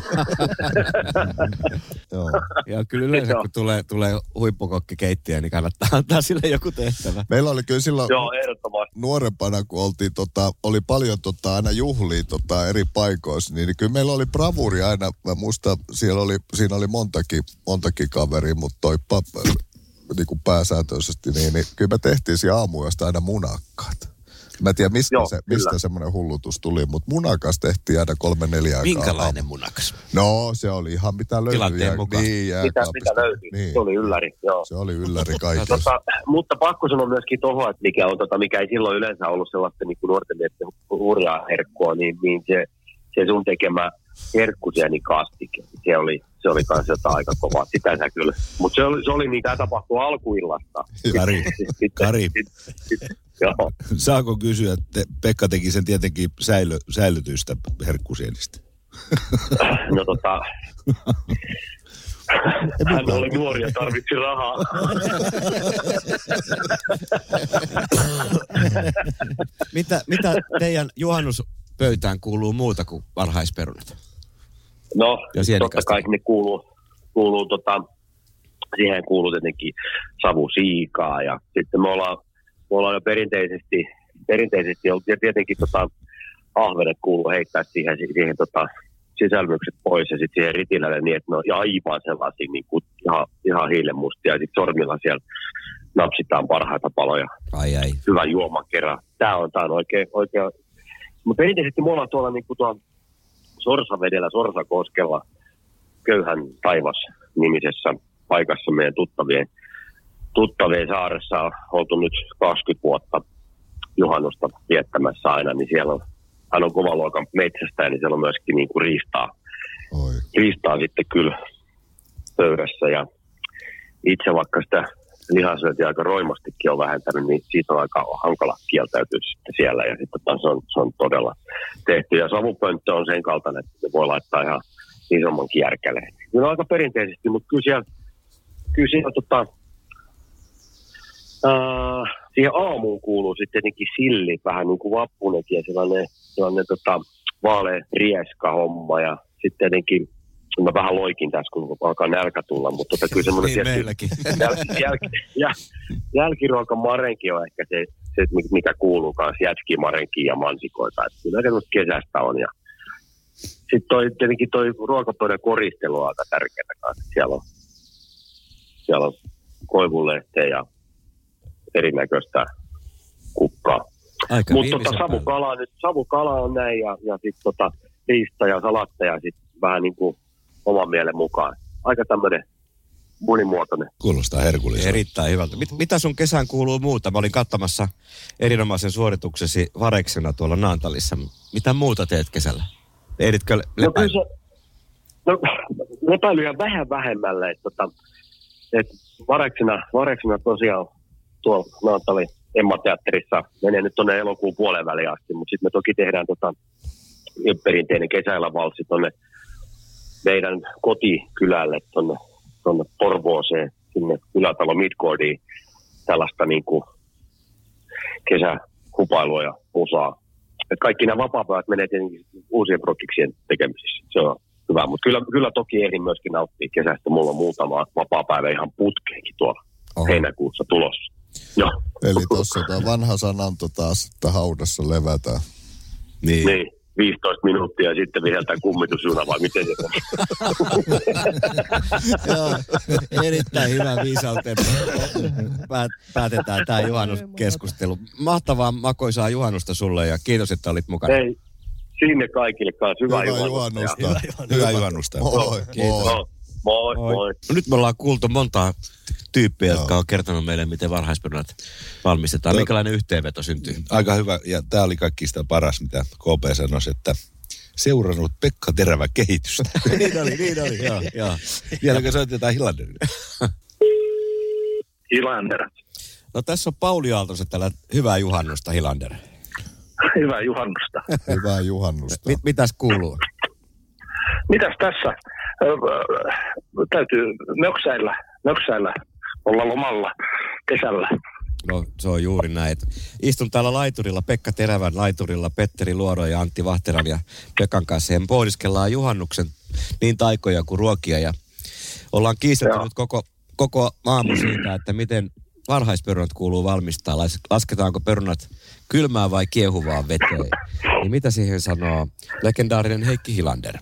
Ja kyllä yleensä, kun tulee huippukokkikeittiö, niin kannattaa antaa sille joku tehtävä. Meillä oli kyllä silloin ehdottomasti nuorempana, kun oltiin, oli paljon aina juhlia eri paikoissa, niin kyllä meillä oli bravuri aina. Mä muistan, siinä oli montakin kaveria, mutta toi niin kuin pääsääntöisesti, niin kyllä me tehtiin siinä aamuyöstä aina munakkaat. Mä en tiedä, mistä semmoinen hullutus tuli, mutta munakas tehtiin aina 3-4 aikaa. Minkälainen munakas? No, se oli ihan mitä löytyi. Tilanteen mukaan. Niin, mitä löytyi. Niin. Se oli ylläri, joo. Se oli ylläri kaikessa. Mutta pakko sanoa myöskin tuohon, että mikä ei silloin yleensä ollut sellaista niin kuin nuorten miesten hurjaa herkkua, niin se sun tekemä herkkusieni kastike. Se oli kanssa jotain aika kovaa. Sitä sä kyllä. Mutta se oli niin, tämä tapahtui alkuillasta. Kari. Joo. Saako kysyä, että Pekka teki sen tietenkin säilytystä herkkusienistä? No hän oli nuori ja tarvitsi rahaa. Mitä teidän juhannuspöytään kuuluu muuta kuin varhaisperunat? No, totta kai ne kuuluu siihen kuuluu tietenkin savusiikaa ja sitten me ollaan jo perinteisesti ollut, ja tietenkin ahvenet kuuluu heittää siihen sisälmykset pois ja sitten siihen ritilälle niin, että ne on aivan sellaisia niin kuin ihan hiilenmustia ja sitten sormilla siellä napsitaan parhaita paloja. Ai. Hyvän juoman kerran. Tämä on oikein. Mutta perinteisesti me ollaan tuolla niin kuin tuolla Sorsavedellä, Sorsakoskella, Köyhän taivas nimisessä paikassa meidän tuttavien saaressa on oltu nyt 20 vuotta juhannusta viettämässä aina, niin siellä on kovan luokan metsästä, niin siellä on myöskin niin kuin riistaa sitten kyllä pöydässä ja itse vaikka sitä lihasyöntiä aika roimastikin on vähentänyt, niin siitä on aika hankala kieltäytyä sitten siellä ja sitten se on todella tehty. Ja savupönttö on sen kaltainen, että se voi laittaa ihan isommankin järkäleen. Kyllä aika perinteisesti, mutta kyllä siellä siihen aamuun kuuluu sitten tietenkin silli, vähän niin kuin vappunenkin ja sellainen vaalea rieska homma ja sitten tietenkin mä vähän loikin tässä, kun alkaa nälkä tulla, mutta kyllä semmoinen jälkiruokamarenki on ehkä se, mikä kuuluu kanssa jätskimarenkiin ja mansikoita. Että kyllä semmoista kesästä on. Ja sitten tietenkin toi ruokapöydän koristelu on aika tärkeää kanssa. Siellä on koivunlehteä ja erinäköistä kukkaa. Mutta savukala on näin ja sitten riista ja salatteja sitten vähän niin kuin oman mielen mukaan. Aika tämmöinen monimuotoinen. Kuulostaa herkulliselta. Erittäin hyvältä. Mitä sun kesään kuuluu muuta? Mä olin katsomassa erinomaisen suorituksesi Vareksena tuolla Naantalissa. Mitä muuta teet kesällä? Ehditkö lepäilyä? Lepäilyä vähän vähemmälle. Että Vareksena tosiaan tuolla Naantalin Emma-teatterissa menee nyt tuonne elokuun puolen väliin asti, mutta sitten me toki tehdään perinteinen kesäilmavalssi tuonne meidän kotikylälle tuonne Porvooseen, sinne kylätalo Midgårdiin, tällaista niin kuin kesähupailua ja musaa. Et kaikki nämä vapaapäivät menee tietenkin uusien projektien tekemisissä. Se on hyvä, mutta kyllä toki ehdin myöskin nauttia kesästä. Mulla on muutama vapaapäivä ihan putkeenkin tuolla heinäkuussa tulossa. Joo. Eli tuossa vanha sananto taas, että haudassa levätään. Niin. 15 minuuttia ja sitten viheltää kummitusjuna, vai miten se on? Joo, erittäin hyvä viisauteen. Päätetään tämä juhannuskeskustelu. Mahtavaa makoisaa juhannusta sulle ja kiitos, että olit mukana. Hei, sinne kaikille kanssa. Hyvää juhannusta. Hyvää juhannusta. Moi. Kiitos. Moi. Nyt me ollaan kuultu montaa tyyppiä, jotka on kertonut meille, miten varhaisperunat valmistetaan. Minkälainen yhteenveto syntyy? Aika hyvä, ja tämä oli kaikki sitä paras, mitä KP sanoi, että seurannut Pekka Terävä kehitystä. niin oli, joo. Vieläkö soitetaan Hilanderille? Hilander. No tässä on Pauli Aaltoset täällä. Hyvää juhannusta, Hilander. Hyvää juhannusta. Hyvää juhannusta. Mitäs kuuluu? Mitäs tässä? Täytyy möksäillä, olla lomalla kesällä. No se on juuri näin. Istun täällä laiturilla, Pekka Terävän laiturilla, Petteri Luodon ja Antti Vahteran ja Pekan kanssa. Ja pohdiskellaan juhannuksen niin taikoja kuin ruokia. Ja ollaan kiistelty nyt koko aamu siitä, että miten varhaisperunat kuuluu valmistaa. Lasketaanko perunat kylmään vai kiehuvaan veteen? Niin mitä siihen sanoo legendaarinen Heikki Hilander?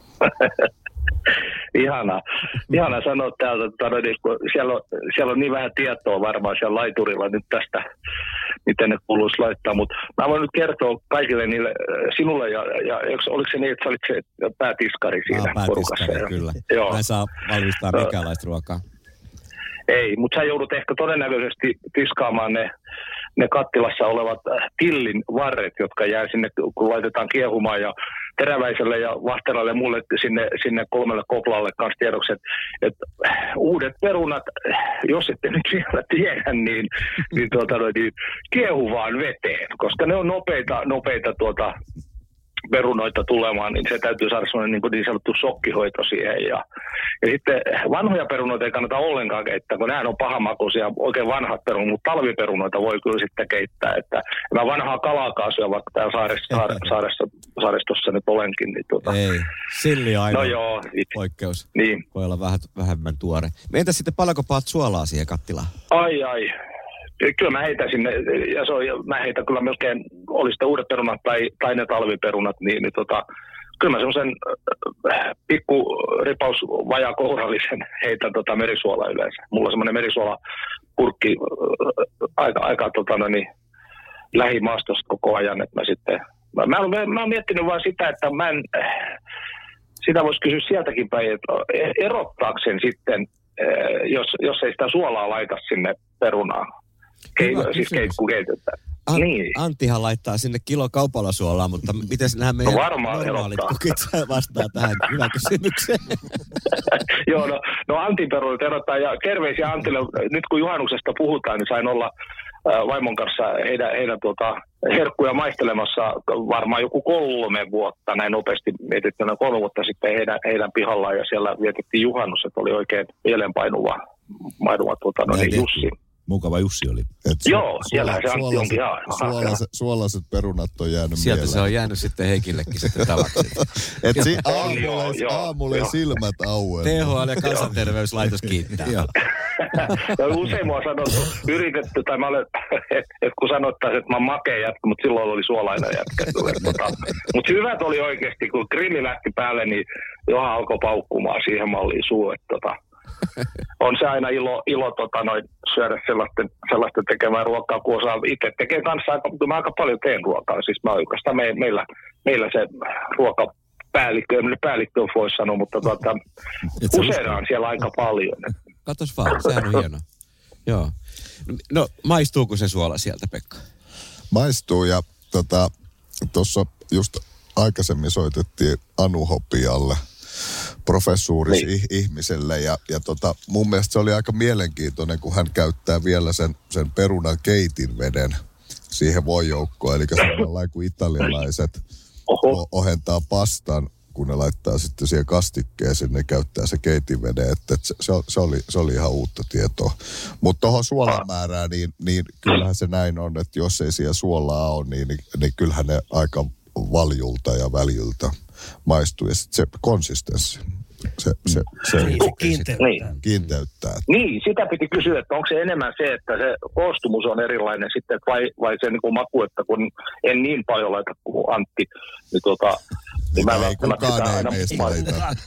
Ihana sanoa täältä, kun siellä on niin vähän tietoa varmaan siellä laiturilla nyt tästä, miten ne kuuluisi laittaa, mutta mä voin nyt kertoa kaikille niille, sinulle ja oliko se niin, että sä olit se päätiskari siinä porukassa? Päätiskari, kyllä. Joo. Mä en saa valmistaa minkäänlaista ruokaa. Ei, mutta sä joudut ehkä todennäköisesti tiskaamaan ne kattilassa olevat tillin varret, jotka jää sinne, kun laitetaan kiehumaan ja Teräväiselle ja Vahteralle ja mulle sinne 3 koplalle kanssa tiedoksi, että uudet perunat, jos ette nyt vielä tiedä, niin kiehuvaan veteen, koska ne on nopeita perunoita tulemaan, niin se täytyy saada sellainen niin sanottu shokkihoito siihen. Ja sitten vanhoja perunoita ei kannata ollenkaan keittää, kun nämä on pahamakuisia, oikein vanhat perunat, mutta talviperunoita voi kyllä sitten keittää. Että mä vanhaa kalakaasua, vaikka täällä saaristossa nyt olenkin. Niin Ei, silli aina poikkeus. Niin. Voi olla vähemmän tuore. Entäs sitten paljonko paat suolaa siihen kattilaan? Ai. Kyllä mä heitän sinne, mä heitän kyllä melkein, oli sitten uudet perunat tai ne talviperunat, niin kyllä mä semmoisen pikku ripaus vajaa kourallisen heitän merisuolaa yleensä. Mulla on semmoinen merisuolapurkki aika lähimaastossa koko ajan, että mä oon miettinyt vaan sitä, että sitä voisi kysyä sieltäkin päin, että erottaako sen sitten, jos ei sitä suolaa laita sinne perunaan. Siis kun keitetään. Anttihan laittaa sinne kilo kaupalla suolaa, mutta miten nämä meidän normaalit kukit vastaa tähän hyvään kysymykseen? Joo, no Antin peruudet erottaa ja terveisiä Antille. Nyt kun juhannuksesta puhutaan, niin sain olla vaimon kanssa heidän herkkuja maistelemassa varmaan joku 3 vuotta, näin nopeasti mietittynä 3 vuotta sitten heidän pihallaan, ja siellä vietettiin juhannus, että oli oikein mielenpainuva Jussi. Mukava Jussi oli. Joo, siellähän se Antti onkin. Suolaiset perunat on jäänyt sieltä mieleen. Se on jäänyt sitten Heikillekin sitten tavaksi. Aamulla silmät auenut. THL ja kansanterveyslaitos kiittää. Usein mua on sanottu, yritetty, tai mä olen, että kun sanottaisiin, että mä oon makea jätkä, mutta silloin oli suolainen jätkä. Mutta hyvät oli oikeasti, kun grilli lähti päälle, niin johan alkoi paukkumaan siihen malliin suu, että on se aina ilo syödä sellaista tekemää ruokaa, kun osaa itse tekee kanssa mä aika paljon teen ruokaa. Siis mä oikeastaan meillä se ruokapäällikkö, päällikkö voi sanoa, mutta usein on siellä aika paljon. Katos vaan, sehän on hienoa. Joo. No, maistuuko se suola sieltä, Pekka? Maistuu, ja tuossa just aikaisemmin soitettiin Anu Hopialle, professuuris-ihmiselle, ja mun mielestä se oli aika mielenkiintoinen, kun hän käyttää vielä sen perunan keitinveden siihen voijoukkoon, eli samalla kuin italialaiset ohentaa pastan, kun ne laittaa sitten siihen kastikkeeseen, ne käyttää se keitinveden, että se oli ihan uutta tietoa. Mutta tuohon suolamäärään, niin kyllähän se näin on, että jos ei siellä suolaa ole, niin kyllähän ne aika valjulta ja väljyltä maistuu. Ja sitten se konsistenssi, se kiinteyttää. Niin, sitä piti kysyä, että onko se enemmän se, että se koostumus on erilainen sitten, vai se niin kuin maku, että kun en niin paljon laita kuin Antti, niin mä välttämättä sitä aina maistaa.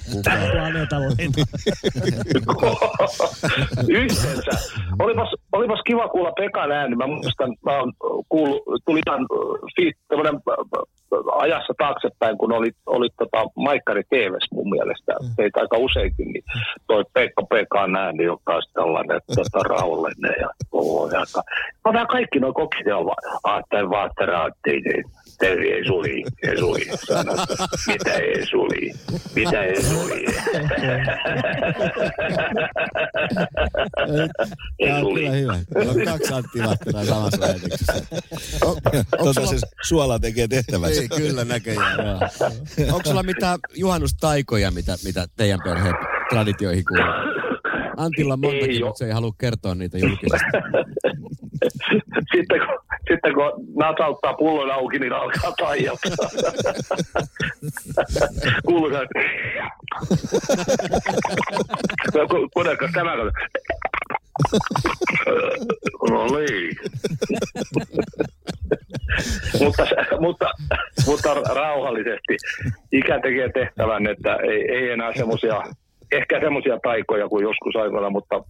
Yhteensä. Olipas kiva kuulla Pekan ääni. Mä muistan, mä oon kuullut, tuli ihan tämmöinen ajassa taaksepäin, kun oli Maikkari TV:ssä mun mielestä. Teitä aika useinkin, niin toi Pekan ääni, joka on tällainen rauhallinen ja aika. No nämä kaikki nuo kokit on vaan, aattain vaatteraatiin, niin Tervi ei suli. Mitä ei suli? Tämä on kyllä hyvä. Meillä on 2 Antti Vahteraa samassa lähetyksessä. Se suola tekee tehtävänsä. Ei, kyllä näköjään. Onko sulla mitään juhannustaikoja, mitä teidän perheen traditioihin kuuluu? Antilla on montakin, mutta se ei halua kertoa niitä julkisesti. Sitten kun nasauttaa pullon auki, niin alkaa taijata. Kuuluu se, kuunnelkaa tämä. No niin. mutta rauhallisesti. Ikä tekee tehtävän, että ei enää ehkä semmoisia taikoja kuin joskus aikoina, mutta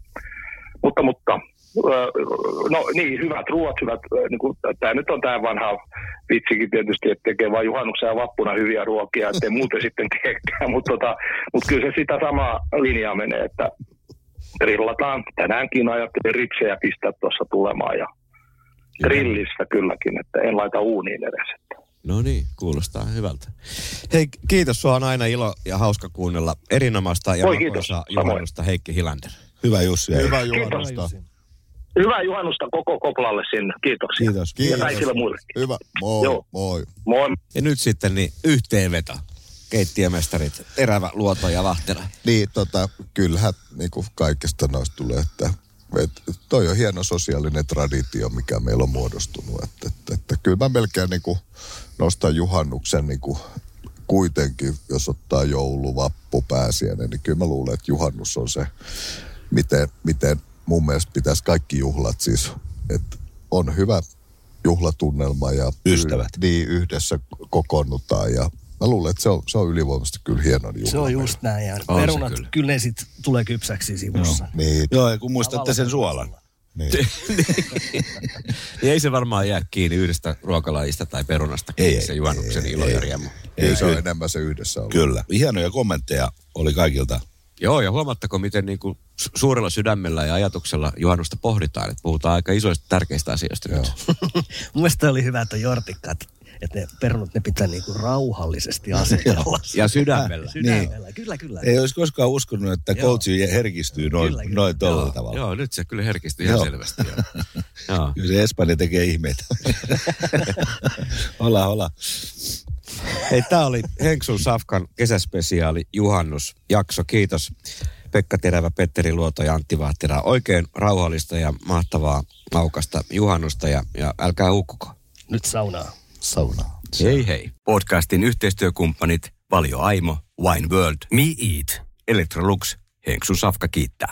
no niin, hyvät ruoat, niin kuin, tämä nyt on tämä vanha vitsikin tietysti, että tekee vain juhannuksen ja vappuna hyviä ruokia, ettei muuten sitten teekään, mutta kyllä se sitä samaa linjaa menee, että grillataan. Tänäänkin ajattelin ripsejä pistää tuossa tulemaan ja grillissä kylläkin, että en laita uuniin edes. No niin, kuulostaa hyvältä. Hei, kiitos, sua on aina ilo ja hauska kuunnella erinomaista ja makoisaa juhannusta, Heikki Hilander. Hyvä Jussi. Hyvää juhannusta. Hyvää juhannusta koko Koplalle sinne. Kiitoksia. Kiitos. Ja kaikille muillekin. Hyvä. Moi. Ja nyt sitten niin yhteenveto. Keittiömestarit, Terävä, Luoto ja Vahtera. Niin, kyllähän niin kuin kaikesta noista tulee, että toi on hieno sosiaalinen traditio, mikä meillä on muodostunut. Että kyllä mä melkein niin kuin nostan juhannuksen niin kuin kuitenkin, jos ottaa joulu, vappu, pääsiäinen, niin kyllä mä luulen, että juhannus on se, miten mun mielestä pitäisi kaikki juhlat siis, että on hyvä juhlatunnelma ja ystävät. Niin, yhdessä kokoonnutaan ja mä luulen, että se on ylivoimaisesti kyllä hieno juhla. Se on just näin ja perunat, kyllä ne sitten tulee kypsäksi sivussa. Joo, ja kun muistatte sen suolan. Niin. Ei se varmaan jää kiinni yhdestä ruokalajista tai perunasta kiinni se juhannuksen ilo ja riemu. Ei, se on enemmän se yhdessä ollut. Kyllä. Hienoja kommentteja oli kaikilta. Joo, ja huomattako, miten niin kuin suurella sydämellä ja ajatuksella juhannusta pohditaan. Että puhutaan aika isoista tärkeistä asioista nyt. Mun mielestä oli hyvä, että Jortikka, että ne perunat, ne pitää niinku rauhallisesti asetella. Ja sydämellä. Sydämellä, kyllä. Ei olisi koskaan uskonut, että coachi herkistyy noin tuolla tavalla. Joo, nyt se kyllä herkistyy ihan selvästi. Joo. Kyllä se Espanja tekee ihmeitä. Hola. Hei, tää oli Henksun Safkan kesäspesiaali juhannusjakso. Kiitos Pekka Terävä, Petteri Luoto ja Antti Vahtera. Oikein rauhallista ja mahtavaa maukasta juhannusta ja älkää hukkuko. Nyt saunaa. Hei. Podcastin yhteistyökumppanit Valio Aimo, Wine World, Me Eat, Electrolux, Henksun Safka kiittää.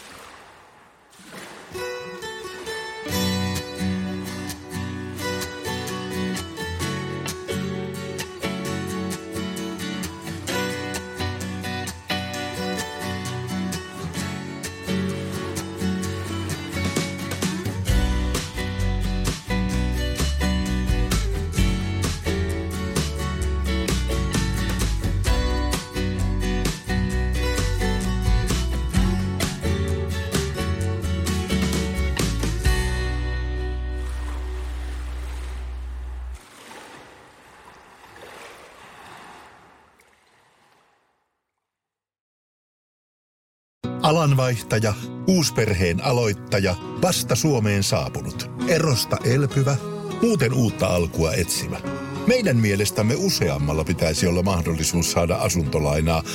Alanvaihtaja, uusperheen aloittaja, vasta Suomeen saapunut, erosta elpyvä, muuten uutta alkua etsimä. Meidän mielestämme useammalla pitäisi olla mahdollisuus saada asuntolainaa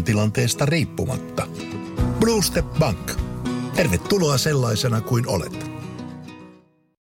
elämäntilanteesta riippumatta. Blue Step Bank. Tervetuloa sellaisena kuin olet.